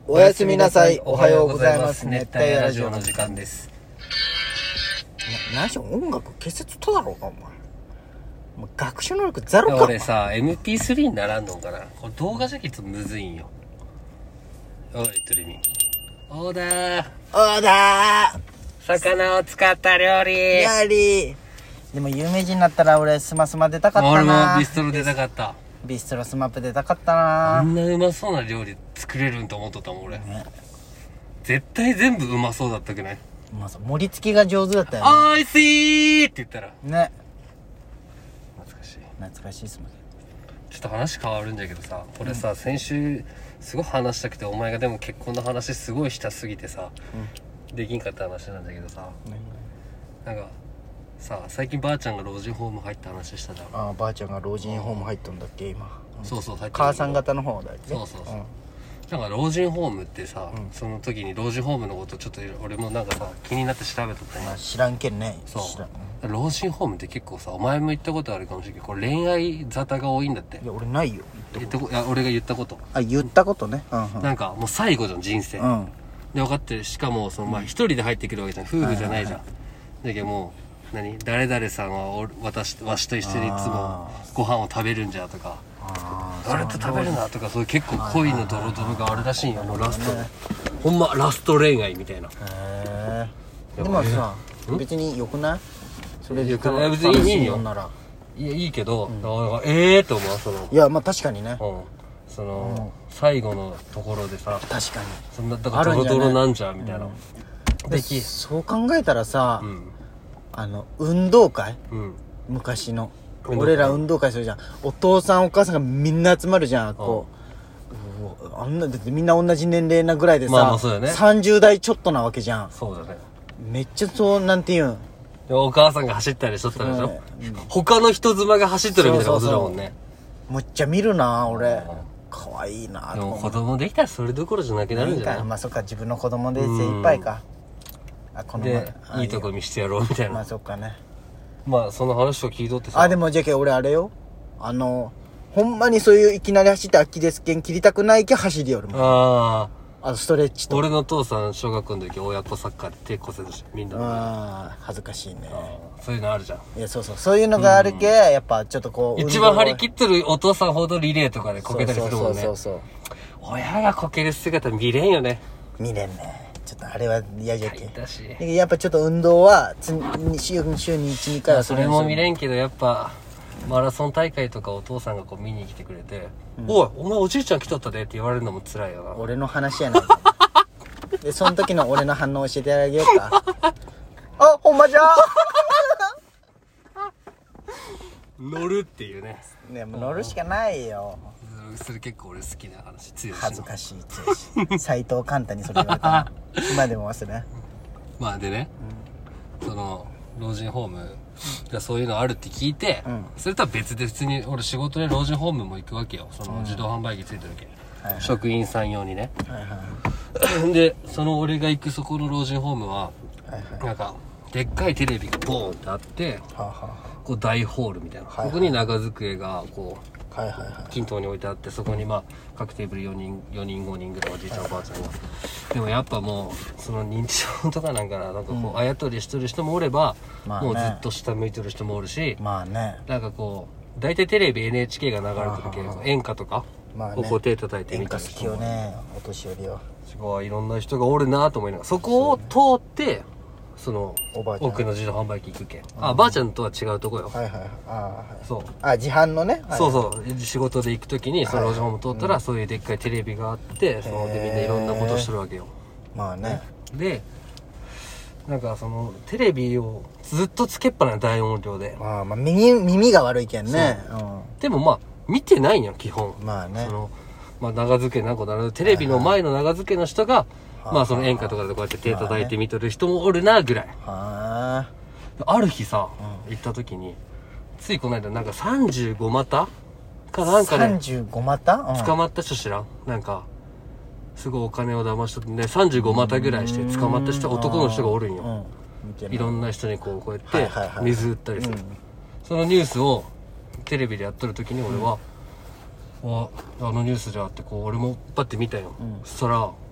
おやすみなさい。おはようございます。熱帯夜ラジオの時間です。何しろ音楽消せつとだろうかお前。もう学習能力ゼロか。 俺さ MP3 にならんのかな。これ動画じゃけつむずいんよ。おいトリミオーダー魚を使った料理でも有名人になったら俺スマスマ出たかったな。 俺もビストロ出たかった。 ビストロスマップ出たかったな。 あんなうまそうな料理作れるんと思っとったもん俺、ね、絶対全部うまそうだったくない。 うまそう。盛り付けが上手だったよね。 おいしいって言ったらね。 懐かしいっすもん。 ちょっと話変わるんだけどさ、これさ、先週すごい話したくて、お前がでも結婚の話すごいしたすぎてさ、できんかった話なんだけどさ、なんかさ、最近ばあちゃんが老人ホーム入った話したじゃん。 ああ、ばあちゃんが老人ホーム入ったんだっけ今。 そうそう、入った。 母さん方の方だっけ。 そうそうそう、なんか老人ホームってさ、その時に老人ホームのことちょっと俺もなんかさ気になって調べとったね。 知らんけんね。 そう、老人ホームって結構さ、お前も言ったことあるかもしれんけど、これ恋愛沙汰が多いんだって。 いや俺ないよ。 いや俺が言ったこと。 あ、言ったことね。 なんかもう最後じゃん人生、で分かってる。しかもそのまあ一人で入ってくるわけじゃん、夫婦じゃないじゃん、だけどもう誰々さんはわしと一緒にいつもご飯を食べるんじゃとか、誰と食べるなとか、そういう結構恋のドロドロがあるらしいんよ。もうラストで、ほんまラスト恋愛みたいな。 へえ。でもさ、別によくない？それよくない。別にいいよ。いやいいけど、と思うその。 いやまあ確かにね。 その最後のところでさ、 確かにそんなだからドロドロなんじゃみたいな。 でそう考えたらさ、運動会、昔の俺ら運動会するじゃん。お父さんお母さんがみんな集まるじゃん。こうあんなだってみんな同じ年齢なぐらいでさ、 そうだね、 30代ちょっとなわけじゃん。 そうだね。 めっちゃそうなんていうん。 お母さんが走ったりしとったでしょ、他の人妻が走ってるみたいなことだもんね。 むっちゃ見るな俺。可愛いな。 でも子供できたらそれどころじゃなくなるんじゃない。 まあそっか、自分の子供で精一杯か。 でいいとこ見してやろうみたいな。 まあそっかね。 まあその話を聞いとってさ。 あ、でもじゃけ俺あれよ、ほんまにそういういきなり走ってアキレス腱切りたくないけ走りよるもん。ストレッチと。 俺の父さん小学校の時親子サッカーで手骨折してみんな。 恥ずかしいね。 そういうのあるじゃん。 いやそういうのがあるけ、やっぱちょっとこう一番張り切ってるお父さんほどリレーとかでこけたりするもんね。 そう親がこける姿見れんよね。 見れんね。ちょっとあれは嫌じゃけ。 だしやっぱちょっと運動は週に 1,2 回はそれも見れんけど、やっぱマラソン大会とかお父さんがこう見に来てくれて、おいお前おじいちゃん来とったでって言われるのも辛いよな。 俺の話やないでその時の俺の反応教えてあげようか。あ、ほんまじゃ乗るっていうね。 ね、もう乗るしかないよ。 それ結構俺好きな話。強い。 恥ずかしい斎藤寛太にそれ言われたの今でも忘れ。 まあでね、その老人ホームがそういうのあるって聞いて、それとは別で普通に俺仕事で老人ホームも行くわけよ。その自動販売機ついてるけ、職員さん用にね。でその俺が行くそこの老人ホームは、なんかでっかいテレビがボーンってあって、こう大ホールみたいな、そこに長机がこう均等に置いてあって、そこにまあ各テーブル4人5人ぐらいおじいちゃんおばあちゃんが。でもやっぱもうその認知症とかなんかな、なんかこうあやとりしてる人もおれば、もうずっと下向いてる人もおるし、なんかこう大体テレビ NHK が流れてるけど演歌とかここ手叩いてみたいな人も、 演歌好きよね、お年寄りは。 すごいいろんな人がおるなと思いながら、そこを通ってその奥の自動販売機行くけん。ばあちゃんとは違うとこよ。そう。 自販のね。 そう仕事で行く時にその老人ホーム通ったら、そういうでっかいテレビがあって、そのでみんないろんなことしてるわけよ。 まあね。 でなんかそのテレビをずっとつけっぱな大音量で。 まあ耳が悪いけんね。 でもまあ見てないんよ基本。 まあね。 そのまあ長付け何個なるテレビの前の長付けの人が、まあその演歌とかでこうやって手叩いて見とる人もおるなぐらい。ある日さ、行った時についこの間なんか35股かなんかね、 35股捕まった人知らん？なんかすごいお金を騙しとってね、35股ぐらいして捕まった人、男の人がおるんよ。いろんな人にこうやって水売ったりする。そのニュースをテレビでやっとる時に俺は、あのニュースじゃってこう俺もパッて見たよ。そしたら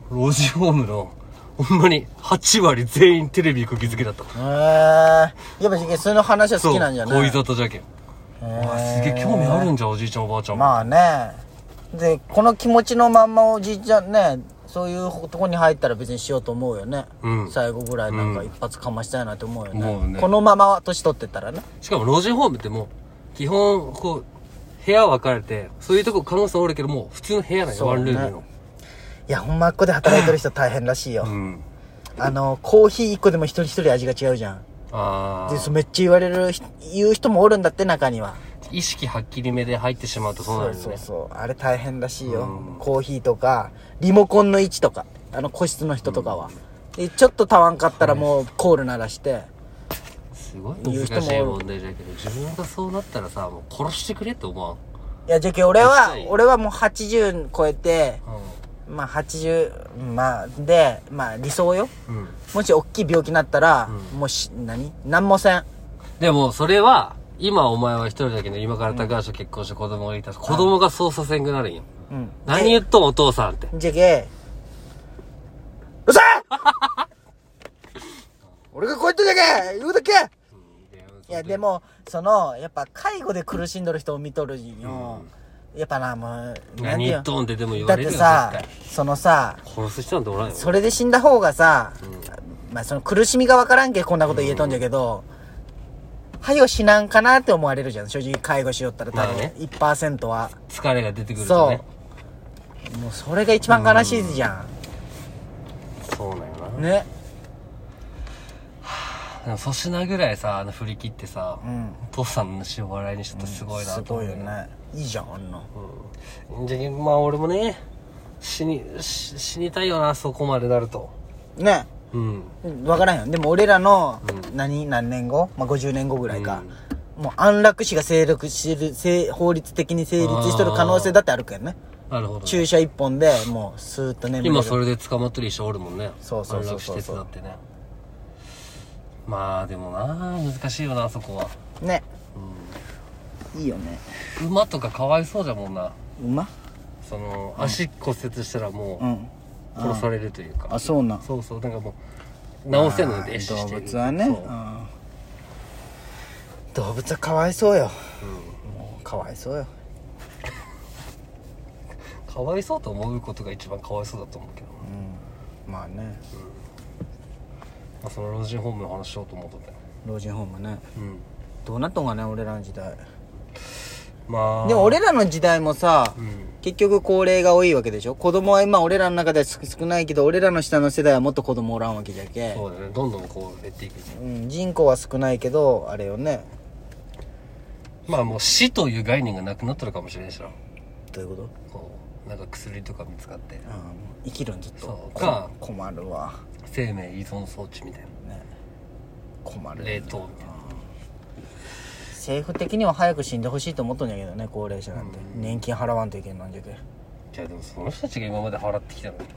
老人ホームのほんまに8割全員テレビ釘付けだった。 やっぱその話は好きなんじゃない？ 恋沙汰じゃけん。すげえ興味あるんじゃん、おじいちゃんおばあちゃんも。 まあね。でこの気持ちのまんまおじいちゃんね、そういうとこに入ったら別にしようと思うよね、最後ぐらいなんか一発かましたいなと思うよね、このまま年取ってったらね。 しかも老人ホームってもう基本こう部屋分かれて、そういうとこ看護師さんおるけどもう普通の部屋なんよ、ワンルームの。 いやほんまここで働いてる人大変らしいよ、コーヒー1個でも一人一人味が違うじゃん。でめっちゃ言う人もおるんだって、中には。 意識はっきりめで入ってしまうとそうなるよね。 そうあれ大変らしいよ、コーヒーとかリモコンの位置とか、個室の人とかは、でちょっとたわんかったらもうコール鳴らして、 すごい難しい問題だけど、自分がそうなったらさ、もう殺してくれって思わん？ いやじゃけ俺はもう80超えて、まあ80で理想よ、もし大きい病気になったら、もう何もせん。 でもそれは今お前は一人だけど、今から高橋と結婚して子供がいたら、子供がそうさせんくなるんよ。何言っとんお父さんって。 じゃけうさ俺がこう言ってんじゃけ言うだけ。いやでもやっぱ介護で苦しんどる人を見とるんよ、やっぱな、もう何言っとんってでも言われるよ。 だってさ殺す人なんておらんよ。 それで死んだ方がさ、その苦しみが分からんけこんなこと言えとんじゃけど、はよ死なんかなって思われるじゃん、正直介護しよったら多分 1% は疲れが出てくるとね。 そうもうそれが一番悲しいじゃん。 そうなんよなね。 でも粗品ぐらいさ、振り切ってさ、お父さんの死を笑いにしとったらすごいなと思う、 すごいよね。いいじゃんあんな、 じゃあまあ俺もね死にたいよな、そこまでなるとね。分からんよ。でも俺らの何年後、50年後ぐらいか、もう安楽死が法律的に成立しとる可能性だってあるけどね。 なるほど、ね、 注射1本でもうスーッと眠れる。 今それで捕まってる人おるもんね。 そう安楽死手伝ってね。まあでもな難しいよな、そこはね。いいよね。 馬とかかわいそうじゃもんな。 馬足骨折したらもう殺されるというか。 そうなん。 そうなんかもう治せんので動物はね、動物はかわいそうよ、もうかわいそうよ。 かわいそうと思うことが一番かわいそうだと思うけど、 まあね、 その老人ホームの話しようと思っとったよ。 老人ホームね、どうなっとんかね俺らの時代。 まあでも俺らの時代もさ、結局高齢が多いわけでしょ。子供は今俺らの中では少ないけど、俺らの下の世代はもっと子供おらんわけじゃけ。 そうだね、どんどんこう減っていく、 人口は少ないけどあれよね。 まあもう死という概念がなくなったのかもしれないしな。 どういうこと？ こうなんか薬とか見つかって、 生きるんずっと。 そうか困るわ。 生命依存装置みたいな、 困る。 冷凍みたいな。 政府的には早く死んでほしいと思っとんやけどね、高齢者なんて、年金払わんといけんなんじゃけ。 じゃあでもその人たちが今まで払ってきたのに、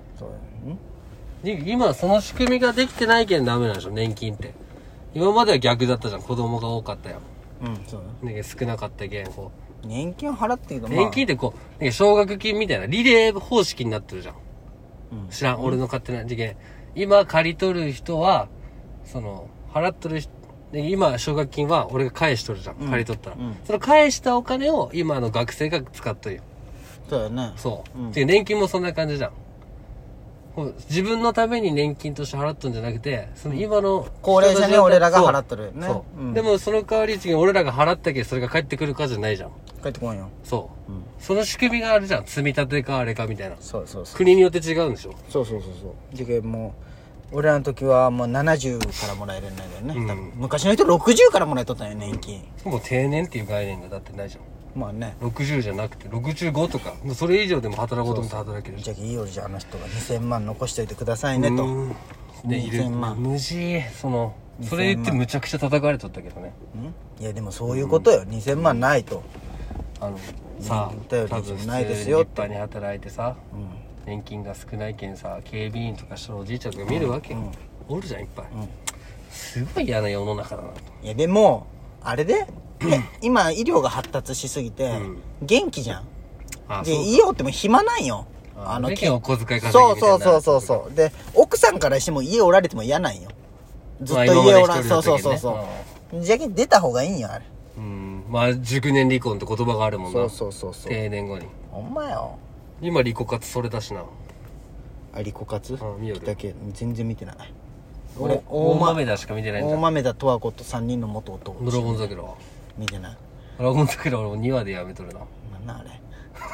そう今その仕組みができてないけんダメなんでしょ、年金って。今までは逆だったじゃん、子供が多かったよ。 そうね、少なかったけんこう年金払ってるけど、 年金ってこう奨学金みたいなリレー方式になってるじゃん、知らん、俺の勝手な事件。今借り取る人は払っとる人で、今奨学金は俺が返しとるじゃん、借り取ったら、その返したお金を今の学生が使っとるよ。 そうだよね。 で年金もそんな感じじゃん。自分のために年金として払っとんじゃなくて、今の高齢者に俺らが払っとるよね。 でもその代わりに俺らが払ったけどそれが返ってくるかじゃないじゃん。 返ってこんよ。 その仕組みがあるじゃん、積み立てかあれかみたいな。 そう国によって違うんでしょ。 そうじゃけもう俺らの時はもう70からもらえるんだよね、多分昔の人60からもらえとったんよ、年金。 もう定年っていう概念がだってないじゃん。 まあね、 60じゃなくて65とか、それ以上でも働こうと思って働ける。 じゃあいいよ、じゃああの人が2000万残しといてくださいねと。 2000万無事それ言ってむちゃくちゃ叩かれとったけどね。 いやでもそういうことよ、2000万ないとさあ多分ないですよ、 立派に働いてさ、年金が少ないけんさ、警備員とかしたらおじいちゃんとか見るわけよ、おるじゃんいっぱい、すごい嫌な世の中だなと。 いやでもあれで今医療が発達しすぎて、元気じゃん。でいいよっても暇なんよ。 世間お小遣い稼ぎそうみたいな。 そうで奥さんからしても家おられても嫌なんよ。ずっと家おらん、そうじゃけん出た方がいいんよあれ。 まあ熟年離婚って言葉があるもんな。 そう定年後に。 ほんまよ。 今リコ活それだしな。 リコ活見よるだけ全然見てない。 俺大豆田しか見てないんだ。 大豆田十和子と3人の元夫。 ドラゴン桜は見てない。 ドラゴン桜俺も2話でやめとるな。 なんなんあれ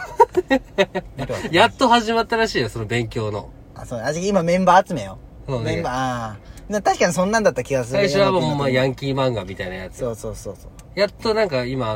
やっと始まったらしいよ、その勉強の。 そう今メンバー集めよ。 そうね。 メンバー確かにそんなんだった気がする。 最初はもうヤンキー漫画みたいなやつ。 そうやっとなんか今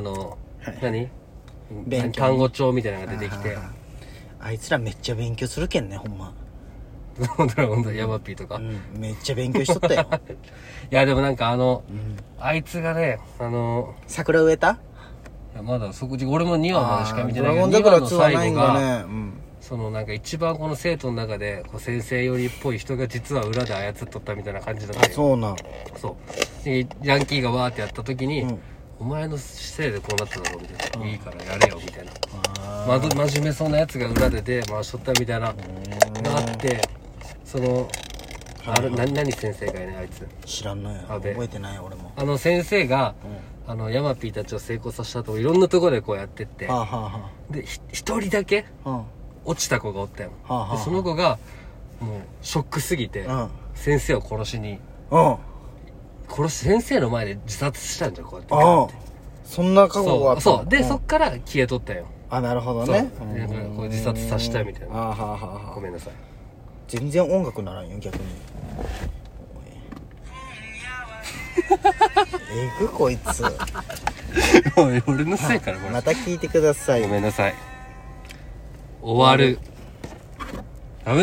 単語帳みたいなのが出てきて。 あいつらめっちゃ勉強するけんね、ほんま。 ドラゴンズヤマピーとか、 めっちゃ勉強しとったよ。 いやでもなんかあいつがね桜植えた？ いやまだそこ俺も2話までしか見てないけど、 ドラゴン桜2はないんだね。 そのなんか一番この生徒の中で先生寄りっぽい人が実は裏で操っとったみたいな感じだったよ。 そうなん。 そうでヤンキーがわーってやった時に、お前のせいでこうなっただろみたいな、いいからやれよみたいな、真面目そうなやつが裏で回しとったみたいながあって、その何先生がいねあいつ知らんのよ、覚えてない俺も。 先生が、ヤマピーたちを成功させたといろんなところでこうやってって、で一人だけ落ちた子がおったよ。でその子がもうショックすぎて、先生を殺しに先生の前で自殺したんじゃん、こうやって。 そんな過去があった。 そうで、そっから消えとったよ。 なるほどね。 こう自殺させたみたいな。ごめんなさい。 全然音楽ならんよ、逆に。えぐこいつ。 俺のせいからこれ。 また聞いてください。 ごめんなさい。終わる。